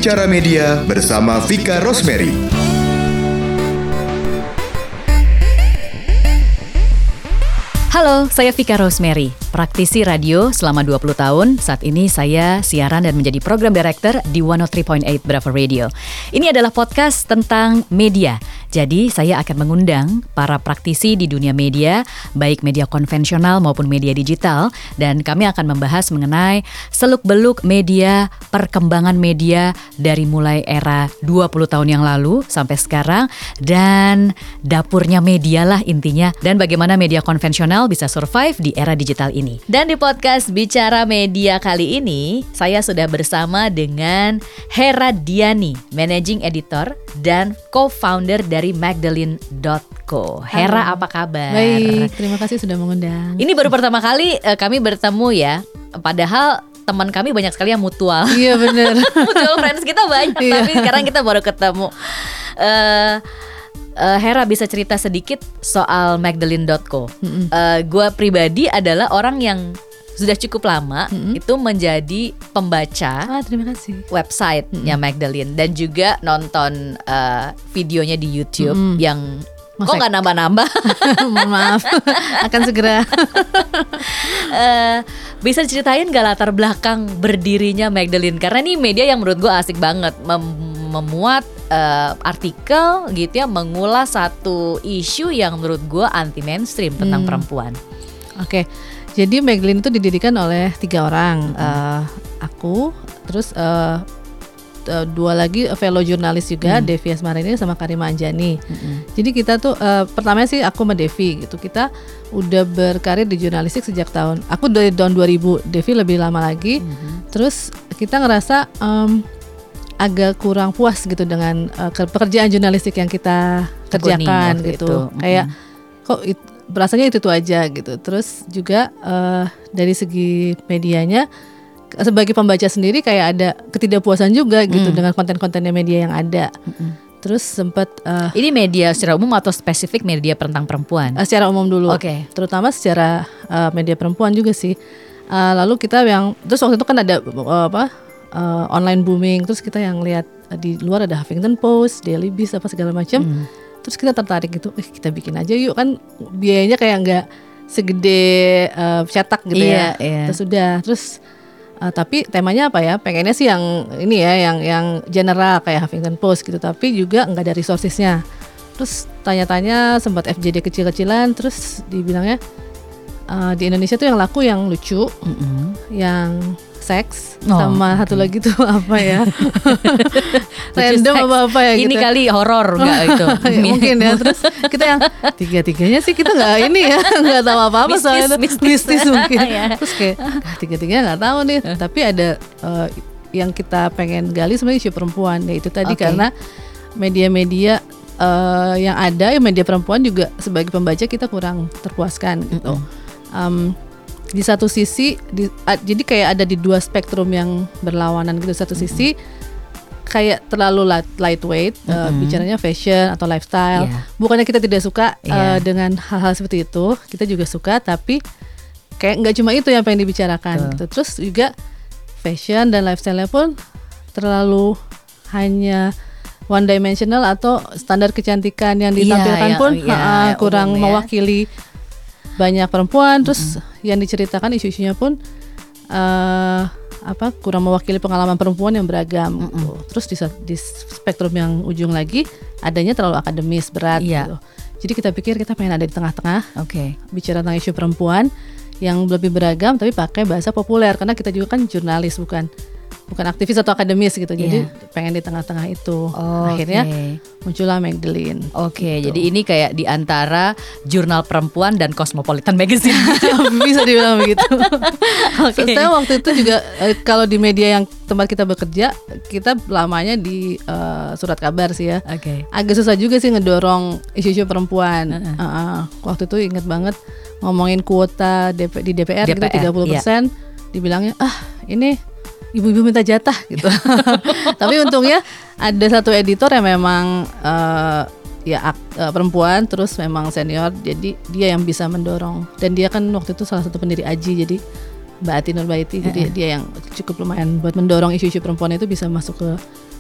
Bicara Media bersama Vika Rosemary. Halo, saya Vika Rosemary, praktisi radio selama 20 tahun. Saat ini saya siaran dan menjadi program director di 103.8 Bravo Radio. Ini adalah podcast tentang media. Jadi saya akan mengundang para praktisi di dunia media, baik media konvensional maupun media digital. Dan kami akan membahas mengenai seluk-beluk media, perkembangan media dari mulai era 20 tahun yang lalu sampai sekarang. Dan dapurnya media lah intinya. Dan bagaimana media konvensional bisa survive di era digital ini. Dan di podcast Bicara Media kali ini, saya sudah bersama dengan Hera Diani, Managing Editor dan Co-founder dari Magdalene.co. Hera, apa kabar? Baik, terima kasih sudah mengundang. Ini baru pertama kali kami bertemu ya. Padahal teman kami banyak sekali yang mutual. Iya benar. Mutual friends kita banyak, tapi sekarang kita baru ketemu. Hera bisa cerita sedikit soal Magdalene.co. Gua pribadi adalah orang yang sudah cukup lama itu menjadi pembaca Terima kasih. website-nya Magdalene dan juga nonton videonya di YouTube yang kok nggak nambah-nambah. Mohon maaf, akan segera. Bisa ceritain gak latar belakang berdirinya Magdalene? Karena ini media yang menurut gue asik banget, memuat artikel gitu ya, mengulas satu isu yang menurut gue anti mainstream tentang perempuan. Oke, jadi Magdalene itu didirikan oleh 3 orang. Aku, terus 2 lagi fellow jurnalis juga, Devi Asmarini sama Karima Anjani. Jadi kita tuh pertamanya sih aku sama Devi gitu. Kita udah berkarir di jurnalistik sejak aku dari tahun 2000, Devi lebih lama lagi. Terus kita ngerasa agak kurang puas gitu dengan pekerjaan jurnalistik yang kita kerjakan gitu. Kayak kok rasanya itu aja gitu. Terus juga dari segi medianya, sebagai pembaca sendiri kayak ada ketidakpuasan juga gitu dengan konten-kontennya media yang ada. Terus sempat ini media secara umum atau spesifik media tentang perempuan? Secara umum dulu. Oke. Terutama secara media perempuan juga sih. Lalu kita terus waktu itu kan ada online booming. Terus kita yang lihat di luar ada Huffington Post, Daily Beast apa segala macam. Terus kita tertarik gitu. Kita bikin aja yuk, kan biayanya kayak nggak segede cetak gitu ya. Terus udah tapi temanya apa ya? Pengennya sih yang ini ya, yang general kayak Huffington Post gitu, tapi juga nggak ada resourcesnya. Terus tanya-tanya, sempat FJD kecil-kecilan, terus dibilangnya di Indonesia tuh yang laku yang lucu, yang seks, sama satu lagi tuh apa ya? Random apa ya gitu. Ini kali horor nggak itu? Mungkin ya. Terus kita yang tiga-tiganya sih kita nggak ini ya, nggak tahu apa-apa soalnya mistis mungkin. Terus kayak tiga-tiganya nggak tahu nih. Tapi ada yang kita pengen gali sebenarnya isu perempuan. Ya itu tadi karena media-media yang ada, media perempuan juga sebagai pembaca kita kurang terpuaskan gitu. Di satu sisi jadi kayak ada di 2 spektrum yang berlawanan gitu. Satu sisi kayak terlalu lightweight, bicaranya fashion atau lifestyle. Bukannya kita tidak suka dengan hal-hal seperti itu, kita juga suka, tapi kayak nggak cuma itu yang pengen dibicarakan gitu. Terus juga fashion dan lifestyle-nya pun terlalu hanya one dimensional atau standar kecantikan yang ditampilkan pun kurang mewakili banyak perempuan. Terus yang diceritakan isu-isunya pun kurang mewakili pengalaman perempuan yang beragam gitu. Terus di spektrum yang ujung lagi adanya terlalu akademis, berat gitu. Jadi kita pikir kita pengen ada di tengah-tengah, bicara tentang isu perempuan yang lebih beragam tapi pakai bahasa populer, karena kita juga kan jurnalis, bukan aktivis atau akademis gitu. Jadi pengen di tengah-tengah itu. Akhirnya muncullah Magdalene. Gitu. Jadi ini kayak di antara jurnal perempuan dan Cosmopolitan Magazine. Bisa dibilang begitu. Saya waktu itu juga kalau di media yang tempat kita bekerja, kita lamanya di surat kabar sih ya. Agak susah juga sih ngedorong isu-isu perempuan. Waktu itu ingat banget ngomongin kuota di DPR gitu 30%, dibilangnya ini ibu-ibu minta jatah gitu. Tapi untungnya ada satu editor yang memang perempuan, terus memang senior, jadi dia yang bisa mendorong. Dan dia kan waktu itu salah satu pendiri AJI, jadi Mbak Ati Nurbaiti, jadi dia yang cukup lumayan buat mendorong isu-isu perempuan itu bisa masuk ke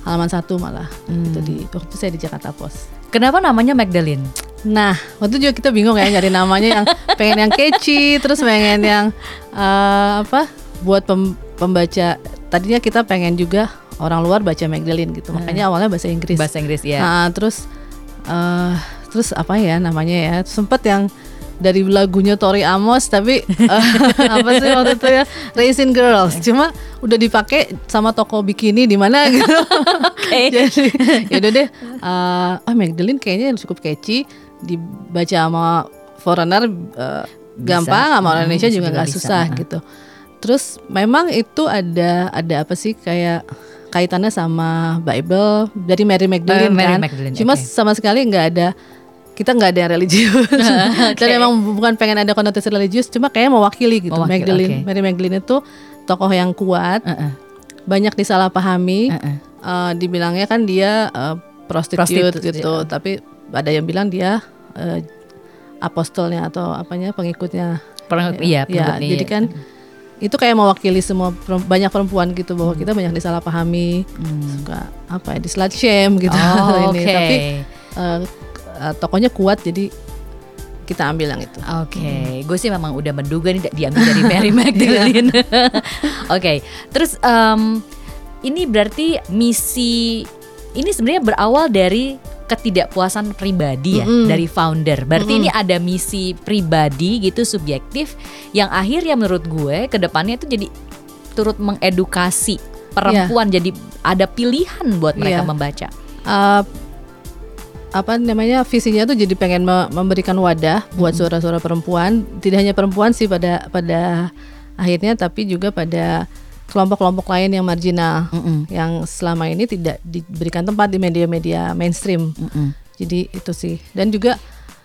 halaman 1 malah. Itu waktu itu saya di Jakarta Post. Kenapa namanya Magdalene? Nah, waktu juga kita bingung ya nyari namanya yang pengen yang catchy, terus pengen yang buat pembaca. Tadinya kita pengen juga orang luar baca Magdalene gitu. Makanya awalnya bahasa Inggris. Bahasa Inggris ya. Terus apa ya namanya ya? Sempet yang dari lagunya Tori Amos tapi apa sih waktu itu ya, Raisin Girls, cuma udah dipakai sama toko bikini di mana gitu. Jadi yaudah deh, Magdalene kayaknya cukup catchy, dibaca sama foreigner gampang, sama orang Indonesia juga nggak susah gitu. Terus memang itu ada apa sih kayak kaitannya sama Bible dari Mary Magdalene kan, cuma sama sekali nggak ada. Kita nggak ada yang religius, dan emang bukan pengen ada konotasi religius, cuma kayak mewakili gitu. Magdalene, Mary Magdalene itu tokoh yang kuat, banyak disalahpahami, dibilangnya kan dia prostitute gitu, tapi ada yang bilang dia apostolnya atau pengikutnya. Jadi kan itu kayak mewakili semua banyak perempuan gitu, bahwa kita banyak disalahpahami, suka di slut shame gitu. Tapi tokonya kuat, jadi kita ambil yang itu. Gue sih memang udah menduga nih diambil dari Mary Magdalene. Terus ini berarti misi ini sebenarnya berawal dari ketidakpuasan pribadi ya, dari founder. Berarti ini ada misi pribadi gitu, subjektif, yang akhirnya menurut gue kedepannya itu jadi turut mengedukasi perempuan, jadi ada pilihan buat mereka membaca. Visinya tuh jadi pengen memberikan wadah buat suara-suara perempuan, tidak hanya perempuan sih pada akhirnya, tapi juga pada kelompok-kelompok lain yang marginal, yang selama ini tidak diberikan tempat di media-media mainstream. Jadi itu sih. Dan juga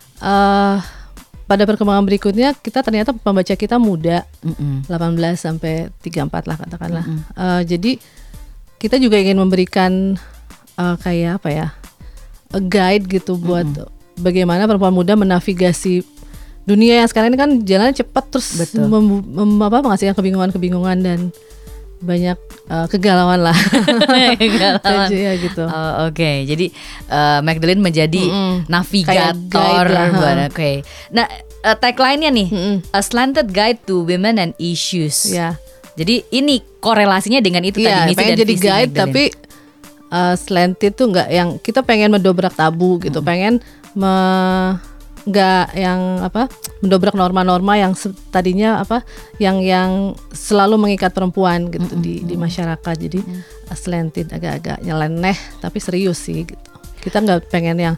pada perkembangan berikutnya kita ternyata pembaca kita muda, 18 sampai 34 lah katakanlah. Jadi kita juga ingin memberikan kayak a guide gitu buat bagaimana perempuan muda menavigasi dunia yang sekarang ini kan jalannya cepat, terus menghasilkan kebingungan dan banyak kegalauan lah. Ya gitu. Jadi Magdalene menjadi navigator. Nah, tagline-nya nih, a slanted guide to women and issues. Jadi ini korelasinya dengan itu tadi, misi dan jadi visi guide Magdalene. Tapi slanted tuh nggak yang kita pengen mendobrak tabu gitu, pengen nggak yang mendobrak norma-norma yang tadinya yang selalu mengikat perempuan gitu di masyarakat. Jadi slanted agak-agak nyeleneh tapi serius sih gitu. Kita nggak pengen yang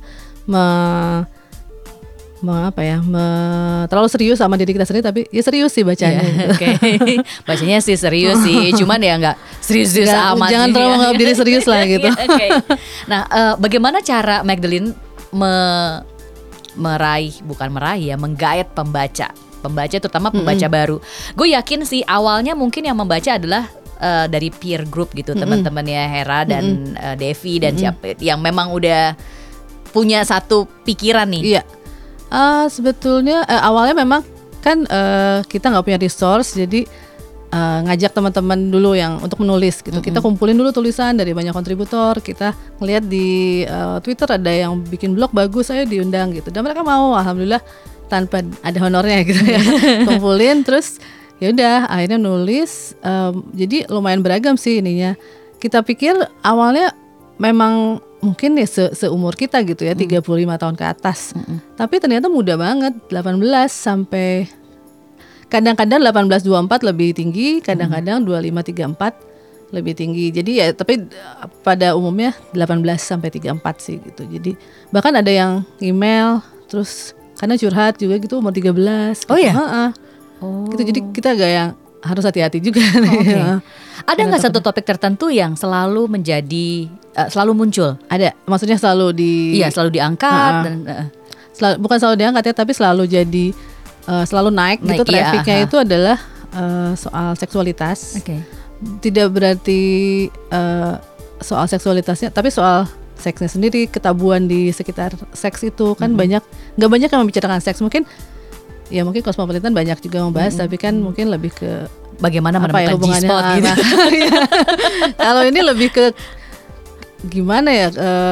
terlalu serius sama diri kita sendiri, tapi ya serius sih bacanya. Bacanya sih serius sih, cuman ya nggak serius-serius amat. Jangan terlalu menganggap diri serius lah gitu. Nah, bagaimana cara Magdalene menggait pembaca terutama pembaca baru? Gue yakin sih awalnya mungkin yang membaca adalah dari peer group gitu, teman-temannya Hera dan Devi dan siapa yang memang udah punya satu pikiran nih. Iya. Sebetulnya awalnya memang kan kita nggak punya resource, jadi ngajak teman-teman dulu yang untuk menulis gitu. Kita kumpulin dulu tulisan dari banyak kontributor, kita ngeliat di Twitter ada yang bikin blog bagus, saya diundang gitu, dan mereka mau, alhamdulillah tanpa ada honornya gitu ya. Kumpulin terus ya udah akhirnya nulis. Jadi lumayan beragam sih ininya. Kita pikir awalnya memang mungkin ya seumur kita gitu ya, 35 tahun ke atas. Tapi ternyata muda banget, 18 sampai kadang-kadang 18-24 lebih tinggi, kadang-kadang 25-34 lebih tinggi. Jadi ya tapi pada umumnya 18 sampai 34 sih gitu. Jadi bahkan ada yang email terus karena curhat juga gitu umur 13. Oh gitu. ya? Gitu. Jadi kita agak yang harus hati-hati juga. Ada nggak satu topik tertentu yang selalu menjadi selalu muncul? Ada, maksudnya selalu selalu diangkat dan bukan selalu diangkat ya, tapi selalu jadi selalu naik gitu trafficnya itu adalah soal seksualitas. Tidak berarti soal seksualitasnya, tapi soal seksnya sendiri, ketabuan di sekitar seks itu kan nggak banyak yang membicarakan seks. Mungkin Cosmopolitan banyak juga membahas, tapi kan mungkin lebih ke bagaimana menemukan G-spot gitu. Kalau ini lebih ke gimana ya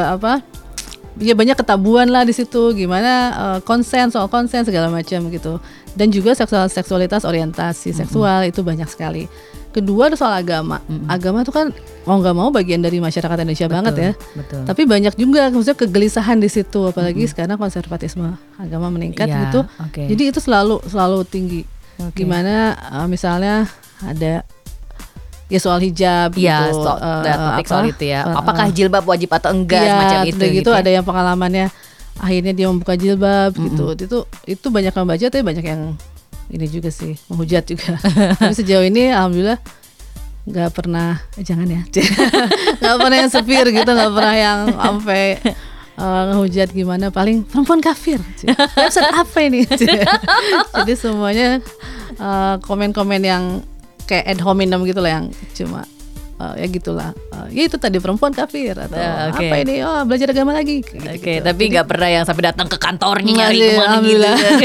ya banyak ketabuan lah di situ, gimana soal konsen segala macam gitu. Dan juga seksualitas, orientasi seksual itu banyak sekali. Kedua ada soal agama. Agama itu kan mau nggak mau bagian dari masyarakat Indonesia banget ya. Betul. Tapi banyak juga maksudnya kegelisahan di situ, apalagi sekarang konservatisme agama meningkat gitu. Jadi itu selalu tinggi. Gimana misalnya ada ya soal hijab gitu, topik soal itu ya. Apakah jilbab wajib atau enggak semacam itu gitu. Ya? Ada yang pengalamannya akhirnya dia membuka jilbab gitu. Itu banyak yang baca, tapi banyak yang ini juga sih menghujat juga. Tapi sejauh ini alhamdulillah nggak pernah jangan ya nggak pernah yang severe gitu, nggak pernah yang sampai ngehujat gimana, paling perempuan kafir website apa ini. Jadi semuanya komen-komen yang kayak ad hominem gitu lah, yang cuma ya gitulah, ya itu tadi perempuan kafir atau apa ini, belajar agama lagi gitu. Tapi nggak pernah yang sampai datang ke kantornya nyari kemana gitu.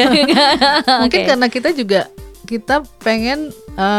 Mungkin karena kita pengen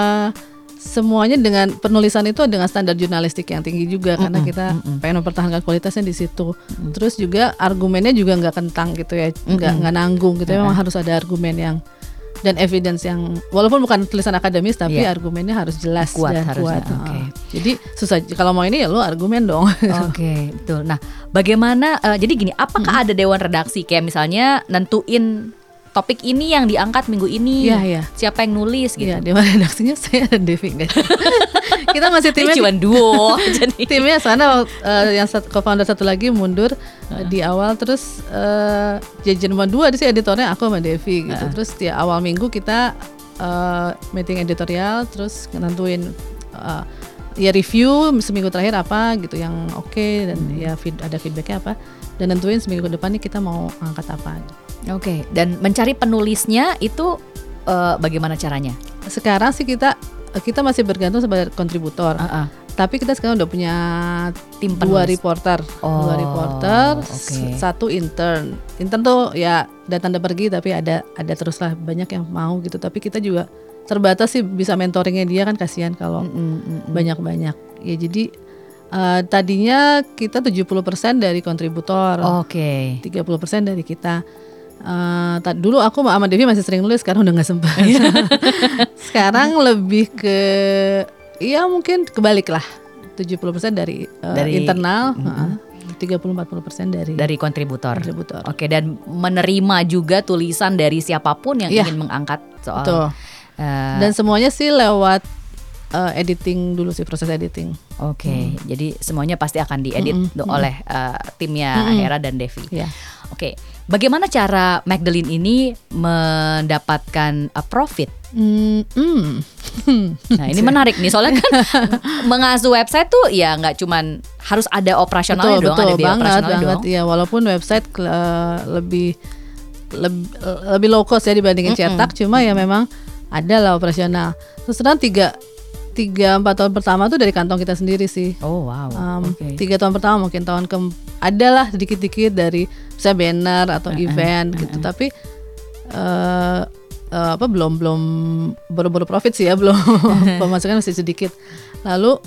semuanya dengan penulisan itu dengan standar jurnalistik yang tinggi juga, karena kita pengen mempertahankan kualitasnya di situ. Terus juga argumennya juga nggak kentang gitu ya, nggak nanggung gitu. Memang harus ada argumen yang dan evidence yang walaupun bukan tulisan akademis, tapi argumennya harus jelas kuat, dan kuat. Jadi susah kalau mau ini ya lo argumen dong. Betul. Nah, bagaimana jadi gini, apakah ada dewan redaksi kayak misalnya nentuin topik ini yang diangkat minggu ini, siapa yang nulis gitu? Dewan redaksinya saya dan Devi enggak. Kita masih timnya cuma duo. Jadi timnya sana yang co-founder satu lagi mundur di awal, terus jajan nomor 2 di sini editornya aku sama Devi gitu. Terus di awal minggu kita meeting editorial, terus nentuin ya review seminggu terakhir apa gitu yang oke, dan ya ada feedbacknya apa, dan nentuin seminggu ke depan nih kita mau angkat apa. Dan mencari penulisnya itu bagaimana caranya? Sekarang sih kita masih bergantung sebagai kontributor. Tapi kita sekarang udah punya tim 2 reporter, 2 reporter, 1 intern. Intern tuh ya datang dan pergi, tapi ada teruslah banyak yang mau gitu. Tapi kita juga terbatas sih bisa mentoringnya dia, kan kasihan kalau banyak-banyak. Ya jadi tadinya kita 70% dari kontributor, 30% dari kita. Dulu aku sama Devi masih sering nulis, sekarang udah nggak sempat. Sekarang lebih ke ya mungkin kebalik lah, 70% dari internal, 30-40% dari kontributor. Dan menerima juga tulisan dari siapapun yang ingin mengangkat soal. Dan semuanya sih lewat editing dulu sih, proses editing. Jadi semuanya pasti akan diedit oleh timnya Hera dan Devi. Bagaimana cara Magdalene ini mendapatkan profit? Nah ini menarik nih, soalnya kan mengasuh website tuh ya nggak cuman harus ada operasionalnya dong, ada biaya operasionalnya dong. Ya walaupun website lebih low cost ya dibandingin cetak, cuma ya memang ada lah operasional. Terus terang 3-4 tahun pertama tuh dari kantong kita sendiri sih. 3 tahun pertama mungkin adalah sedikit-sedikit dari misalnya banner atau event gitu, tapi belum baru profit sih ya, belum pemasukan masih sedikit. Lalu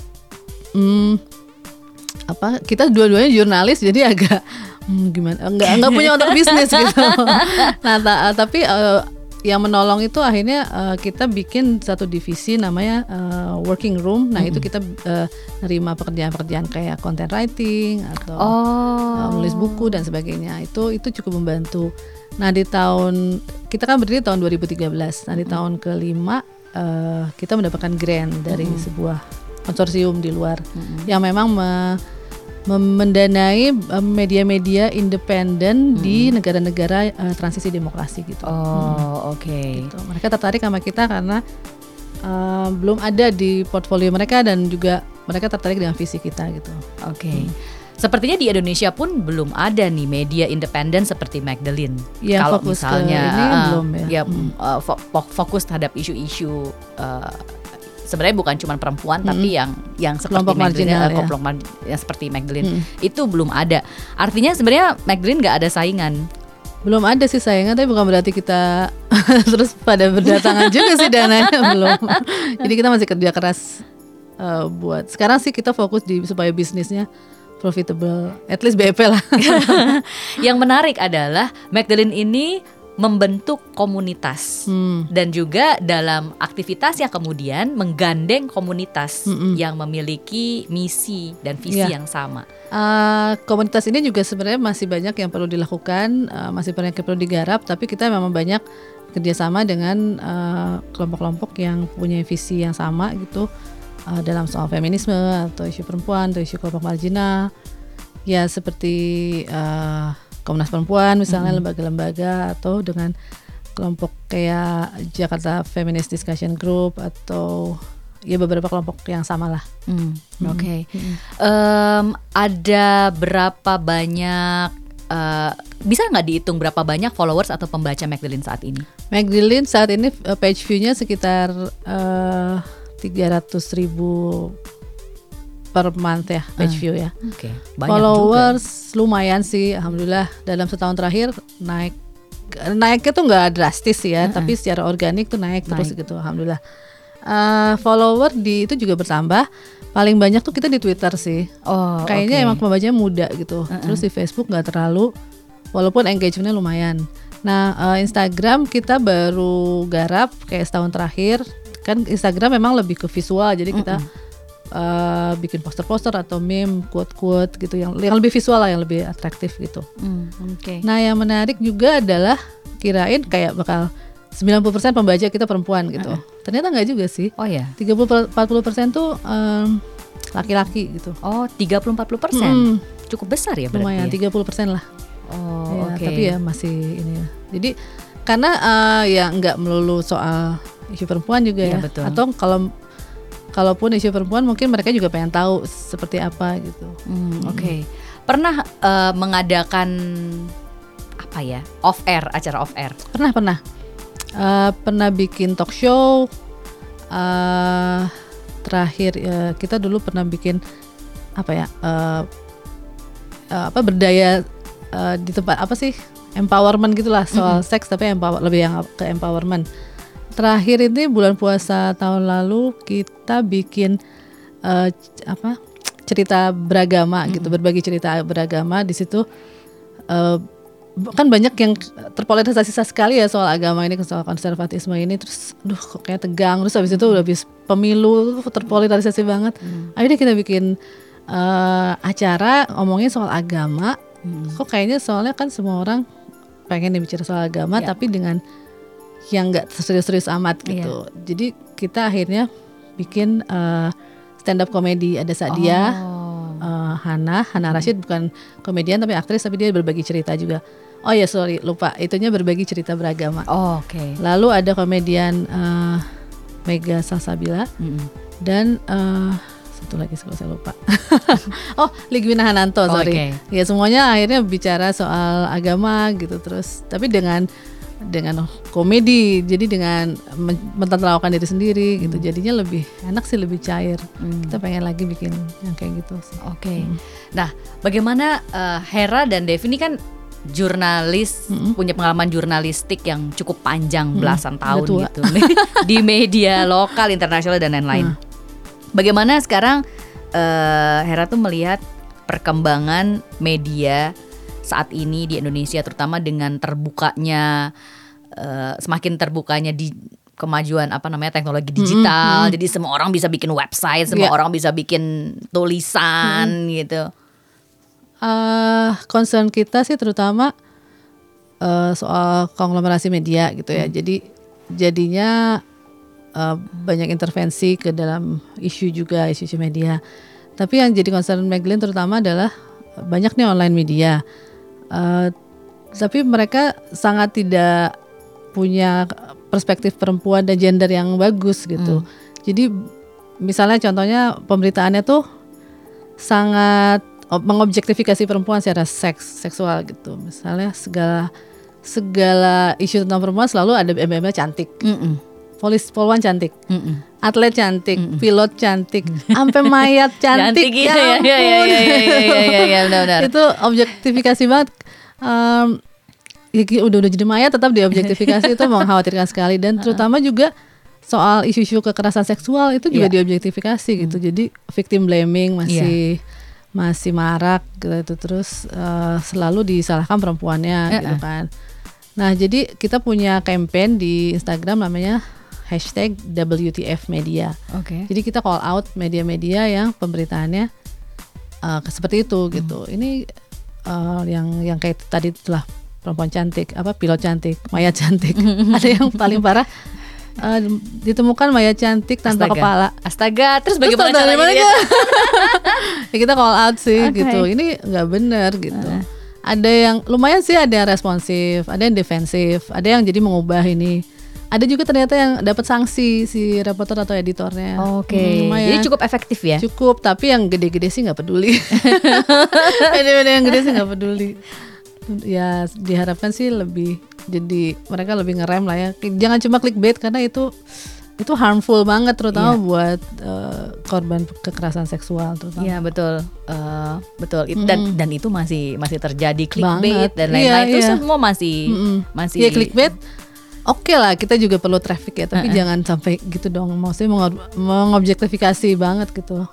kita dua-duanya jurnalis, jadi agak gimana, enggak punya otak bisnis gitu. Nah tapi yang menolong itu akhirnya kita bikin satu divisi namanya working room. Nah itu kita nerima pekerjaan-pekerjaan kayak content writing atau nulis buku dan sebagainya. Itu cukup membantu. Nah kita kan berdiri tahun 2013. Nah di tahun ke-5 kita mendapatkan grant dari sebuah konsorsium di luar yang memang mendanai media-media independen di negara-negara transisi demokrasi gitu. Gitu. Mereka tertarik sama kita karena belum ada di portfolio mereka, dan juga mereka tertarik dengan visi kita gitu. Sepertinya di Indonesia pun belum ada nih media independen seperti Magdalene. Ya, kalau misalnya ini belum ya. Fokus terhadap isu-isu sebenarnya bukan cuma perempuan, tapi yang seperti Magdalene, kelompok yang seperti Magdalene itu belum ada. Artinya sebenarnya Magdalene nggak ada saingan. Belum ada sih saingan, tapi bukan berarti kita terus pada berdatangan juga sih dananya belum. Jadi kita masih kerja keras buat. Sekarang sih kita fokus supaya bisnisnya profitable, at least BEP lah. Yang menarik adalah Magdalene ini membentuk komunitas dan juga dalam aktivitas yang kemudian menggandeng komunitas yang memiliki misi dan visi yang sama. Komunitas ini juga sebenarnya masih banyak yang perlu dilakukan, masih banyak yang perlu digarap, tapi kita memang banyak kerjasama dengan kelompok-kelompok yang punya visi yang sama gitu, dalam soal feminisme atau isu perempuan atau isu kelompok marginal, ya seperti Komnas Perempuan misalnya, lembaga-lembaga, atau dengan kelompok kayak Jakarta Feminist Discussion Group, atau ya beberapa kelompok yang sama lah. Oke. Ada berapa banyak, bisa nggak dihitung berapa banyak followers atau pembaca Magdalene saat ini? Magdalene saat ini page view-nya sekitar 300.000 per month ya, page view ya. Banyak followers juga. Lumayan sih, alhamdulillah. Dalam setahun terakhir naiknya tuh nggak drastis ya, tapi secara organik tuh naik terus gitu, alhamdulillah. Follower di itu juga bertambah. Paling banyak tuh kita di Twitter sih. Kayaknya emang pembacanya muda gitu. Terus di Facebook nggak terlalu, walaupun engagementnya lumayan. Nah, Instagram kita baru garap kayak setahun terakhir. Kan Instagram memang lebih ke visual, jadi kita bikin poster-poster atau meme, quote-quote gitu yang lebih visual lah, yang lebih atraktif gitu. Nah, yang menarik juga adalah kirain kayak bakal 90% pembaca kita perempuan gitu. Ternyata enggak juga sih. 30-40% tuh laki-laki gitu. 30-40%. Cukup besar ya berarti. Lumayan, 30% lah. Tapi ya masih ini ya. Jadi karena ya enggak melulu soal isu perempuan juga ya. Betul. Atau kalaupun isu perempuan mungkin mereka juga pengen tahu seperti apa gitu. Pernah mengadakan apa ya, acara off air? Pernah. Pernah bikin talk show. Terakhir kita dulu pernah bikin berdaya di tempat apa sih, empowerment gitulah, soal seks tapi lebih yang ke empowerment. Terakhir ini bulan puasa tahun lalu kita bikin cerita beragama gitu, berbagi cerita beragama. Di situ kan banyak yang terpolarisasi sekali ya soal agama ini, soal konservatisme ini. Terus kok kayak tegang. Terus habis itu habis pemilu terpolarisasi banget. Akhirnya kita bikin acara ngomongin soal agama. Kok kayaknya soalnya kan semua orang pengen bicara soal agama, tapi dengan yang nggak serius-serius amat gitu. Jadi kita akhirnya bikin stand up komedi. Ada Sadia, Hana Rashid, bukan komedian tapi aktris, tapi dia berbagi cerita juga. Lupa, itunya berbagi cerita beragama. Lalu ada komedian Mega Salsabila dan satu lagi kalau saya lupa. Ligwina Hananto, sorry. Ya semuanya akhirnya bicara soal agama gitu, terus tapi dengan komedi, jadi dengan mentertawakan diri sendiri gitu, jadinya lebih enak sih, lebih cair. Kita pengen lagi bikin yang kayak gitu sih. Nah, bagaimana Hera dan Devi ini kan jurnalis, punya pengalaman jurnalistik yang cukup panjang, belasan tahun gitu di media lokal, internasional dan lain-lain. Bagaimana sekarang Hera tuh melihat perkembangan media saat ini di Indonesia, terutama dengan semakin terbukanya di kemajuan teknologi digital. Jadi semua orang bisa bikin website, semua orang bisa bikin tulisan gitu. Concern kita sih terutama soal konglomerasi media gitu ya. Jadi jadinya banyak intervensi ke dalam isu media. Tapi yang jadi concern Magdalene terutama adalah banyak nih online media. Tapi mereka sangat tidak punya perspektif perempuan dan gender yang bagus gitu. Jadi misalnya contohnya pemberitaannya tuh sangat mengobjektifikasi perempuan secara seksual gitu. Misalnya segala isu tentang perempuan selalu ada embel-embel cantik. Polwan cantik, atlet cantik, pilot cantik, sampai mayat cantik. Ya ampun. Itu objektifikasi banget. Udah jadi mayat tetap diobjektifikasi, itu mengkhawatirkan sekali. Dan terutama juga soal isu-isu kekerasan seksual itu juga diobjektifikasi gitu. Jadi victim blaming masih marak gitu, terus selalu disalahkan perempuannya gitu kan. Nah jadi kita punya campaign di Instagram namanya #WTF Media. Jadi kita call out media-media yang pemberitaannya seperti itu gitu. Ini yang kayak tadi itulah perempuan cantik, pilot cantik, mayat cantik. Ada yang paling parah. Ditemukan mayat cantik tanpa kepala. Astaga, terus bagaimana caranya dia? Ya kita call out sih gitu. Ini nggak benar gitu. Ada yang lumayan sih, ada yang responsif, ada yang defensif, ada yang jadi mengubah ini. Ada juga ternyata yang dapat sanksi si reporter atau editornya. Jadi cukup efektif ya? Cukup, tapi yang gede-gede sih nggak peduli. Media-media yang gede sih nggak peduli. Ya diharapkan sih jadi mereka lebih ngerem lah ya. Jangan cuma clickbait karena itu harmful banget terutama buat korban kekerasan seksual terutama. Iya betul. Dan itu masih terjadi clickbait dan lain-lain itu semua masih. Ya clickbait. Oke lah, kita juga perlu traffic ya, tapi jangan sampai gitu dong. Maksudnya mengobjektifikasi banget gitu.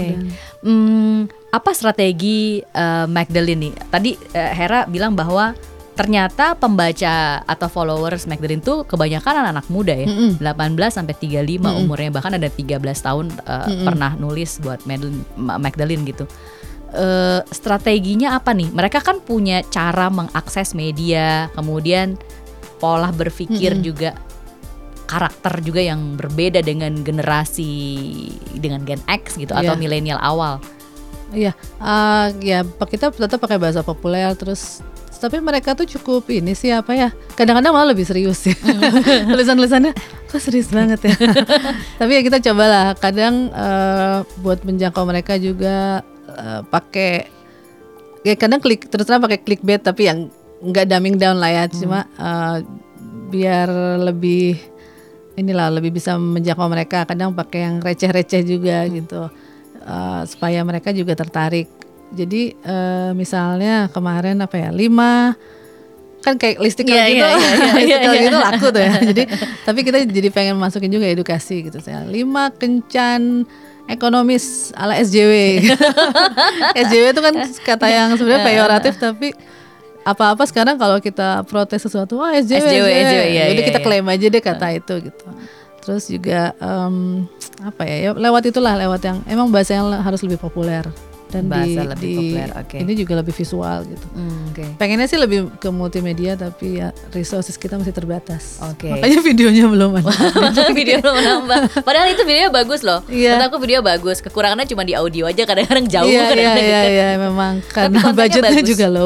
Apa strategi Magdalene nih? Tadi Hera bilang bahwa ternyata pembaca atau followers Magdalene tuh kebanyakan anak-anak muda ya, 18 sampai 35 umurnya, bahkan ada 13 tahun pernah nulis buat Magdalene gitu. Strateginya apa nih? Mereka kan punya cara mengakses media, kemudian pola berpikir juga, karakter juga yang berbeda dengan generasi, dengan Gen X gitu atau milenial awal. Iya, kita tetap pakai bahasa populer terus. Tapi mereka tuh cukup ini sih kadang-kadang malah lebih serius sih. Tulisan-tulisannya kok serius banget ya. Tapi ya kita cobalah kadang buat menjangkau mereka juga pakai kadang terus terang pakai clickbait tapi yang nggak dumbing down lah ya, cuma biar lebih bisa menjangkau mereka. Kadang pakai yang receh-receh juga gitu, supaya mereka juga tertarik. Jadi misalnya kemarin 5 kan kayak listicle gitu, listicle gitu laku tuh ya. Jadi tapi kita jadi pengen masukin juga edukasi gitu, 5 kencan ekonomis ala SJW. SJW itu kan kata yang sebenarnya peyoratif, tapi apa-apa sekarang kalau kita protes sesuatu, SJW jadi kita klaim aja deh kata itu gitu. Terus juga lewat yang emang bahasa yang harus lebih populer. Dan ini juga lebih visual gitu. Pengennya sih lebih ke multimedia, tapi ya resources kita masih terbatas. Makanya videonya belum ada. Video belum nambah. Padahal itu videonya bagus loh. Menurut aku video bagus. Kekurangannya cuma di audio aja, kadang-kadang jauh, kadang-kadang dekat. Iya, memang karena budgetnya juga low.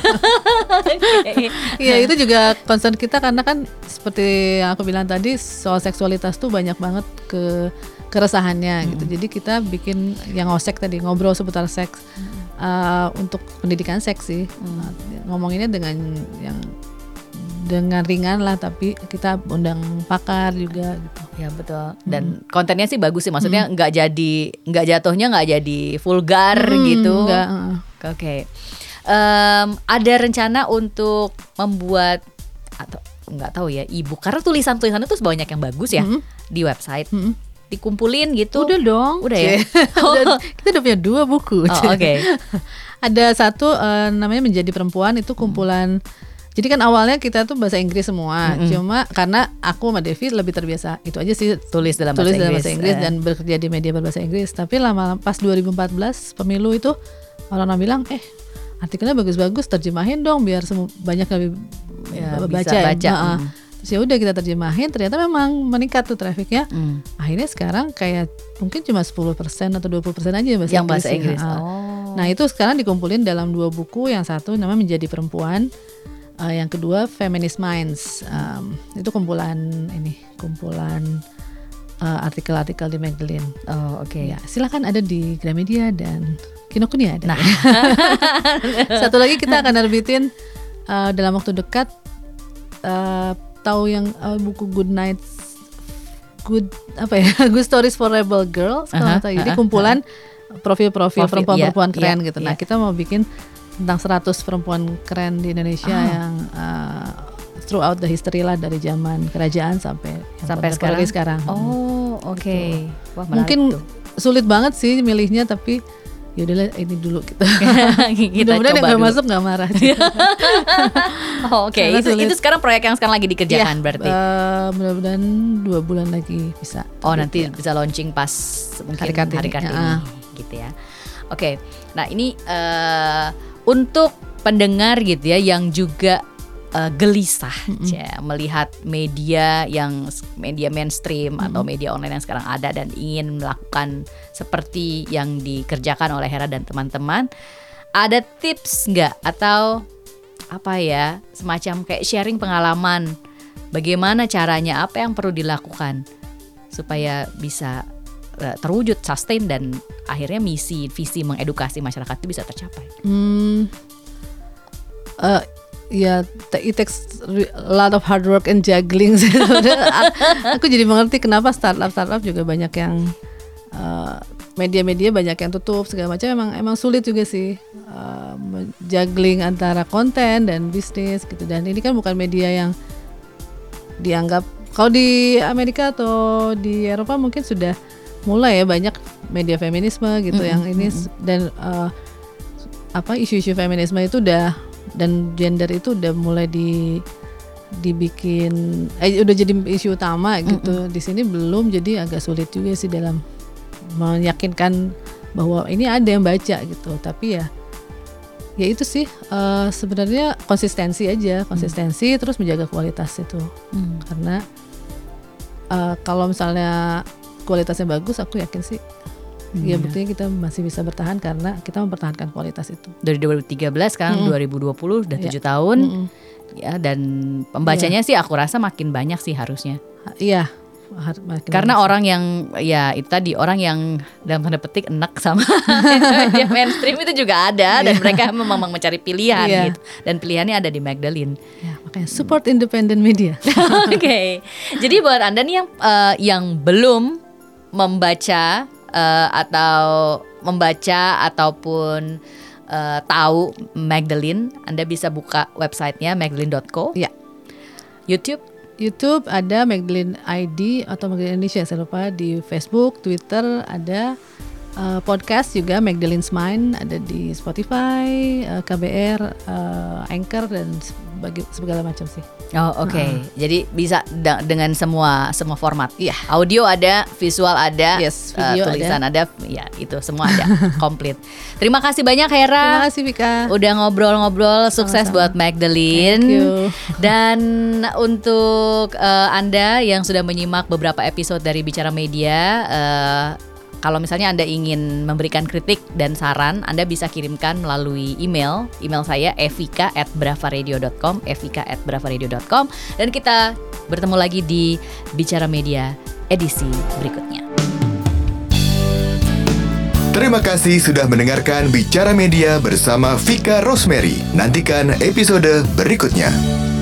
Iya, itu juga concern kita karena kan seperti yang aku bilang tadi, soal seksualitas tuh banyak banget keresahannya gitu. Jadi kita bikin yang OSEK tadi, ngobrol seputar seks, untuk pendidikan seks sih. Ngomonginnya dengan ringan lah, tapi kita undang pakar juga gitu. Ya betul. Dan kontennya sih bagus sih, maksudnya nggak jatuhnya nggak jadi vulgar gitu. Oke. Ada rencana untuk membuat atau nggak tahu ya e-book, karena tulisan-tulisannya tuh banyak yang bagus ya di website. Dikumpulin gitu. Udah dong. Udah ya. Kita udah punya 2 buku. Ada satu namanya Menjadi Perempuan, itu kumpulan. Jadi kan awalnya kita tuh bahasa Inggris semua. Cuma karena aku sama Devi lebih terbiasa itu aja sih, tulis dalam bahasa Inggris dan bekerja di media berbahasa Inggris. Tapi lama pas 2014 pemilu itu orang-orang bilang, artikelnya bagus-bagus, terjemahin dong biar banyak lebih baca. Terus ya udah kita terjemahin, ternyata memang meningkat tuh trafficnya. Akhirnya sekarang kayak mungkin cuma 10% atau 20% aja bahasa Inggris. Nah itu sekarang dikumpulin dalam 2 buku, yang satu namanya Menjadi Perempuan, yang kedua Feminist Minds. Itu kumpulan artikel-artikel di Magdalene. Ya, silakan, ada di Gramedia dan Kinokuniya ada. Satu lagi kita akan nerbitin dalam waktu dekat, tahu yang buku Good Stories for Rebel Girls, jadi kumpulan profil-profil perempuan-perempuan keren gitu. Nah, kita mau bikin tentang 100 perempuan keren di Indonesia yang throughout the history lah, dari zaman kerajaan sampai sekarang. Wah, mungkin sulit banget sih milihnya, tapi ya udahlah ini dulu kita coba mudah-mudahan yang dulu. masuk nggak marah. Oke, itu sekarang proyek yang sekarang lagi dikerjakan berarti. Mudah-mudahan 2 bulan lagi bisa. Nanti bisa launching pas mungkin hari Kartini gitu ya. Oke, nah ini untuk pendengar gitu ya yang juga gelisah melihat media mainstream atau media online yang sekarang ada dan ingin melakukan seperti yang dikerjakan oleh Hera dan teman-teman, ada tips nggak atau apa ya semacam kayak sharing pengalaman bagaimana caranya, apa yang perlu dilakukan supaya bisa terwujud, sustain dan akhirnya visi mengedukasi masyarakat itu bisa tercapai? Ya, it takes a lot of hard work and juggling. Aku jadi mengerti kenapa startup juga banyak yang media-media banyak yang tutup segala macam. Emang sulit juga sih juggling antara konten dan bisnis gitu. Dan ini kan bukan media yang dianggap, kalau di Amerika atau di Eropa mungkin sudah mulai ya banyak media feminisme gitu yang ini dan isu-isu feminisme itu dan gender itu udah mulai dibikin udah jadi isu utama gitu. Di sini belum, jadi agak sulit juga sih dalam meyakinkan bahwa ini ada yang baca gitu. Tapi ya itu sih sebenarnya konsistensi terus menjaga kualitas itu. Karena kalau misalnya kualitasnya bagus, aku yakin sih ya buktinya kita masih bisa bertahan karena kita mempertahankan kualitas itu. Dari 2013 sekarang 2020 udah 7 tahun. Ya, dan pembacanya sih aku rasa makin banyak sih harusnya. Iya. Karena orang yang ya itu tadi, orang yang dalam tanda petik enak sama media mainstream itu juga ada dan mereka memang mencari pilihan gitu. Dan pilihannya ada di Magdalene. Ya, makanya support independent media. Oke. Jadi buat Anda nih yang belum membaca ataupun tahu Magdalene, Anda bisa buka websitenya magdalene.co. Ya. YouTube ada Magdalene ID atau Magdalene Indonesia, saya lupa. Di Facebook, Twitter ada, podcast juga Magdalene's Mind, ada di Spotify, KBR, Anchor dan segala macam sih. Oke. Jadi bisa dengan semua format. Iya. Audio ada, visual ada, video tulisan ada, ya itu semua ada, komplit. Terima kasih banyak Hera. Terima kasih Vika. Udah ngobrol-ngobrol, sukses buat Magdalene. Thank you. Dan untuk Anda yang sudah menyimak beberapa episode dari Bicara Media, kalau misalnya Anda ingin memberikan kritik dan saran, Anda bisa kirimkan melalui email saya evika@bravaradio.com, evika@bravaradio.com, dan kita bertemu lagi di Bicara Media edisi berikutnya. Terima kasih sudah mendengarkan Bicara Media bersama Vika Rosemary. Nantikan episode berikutnya.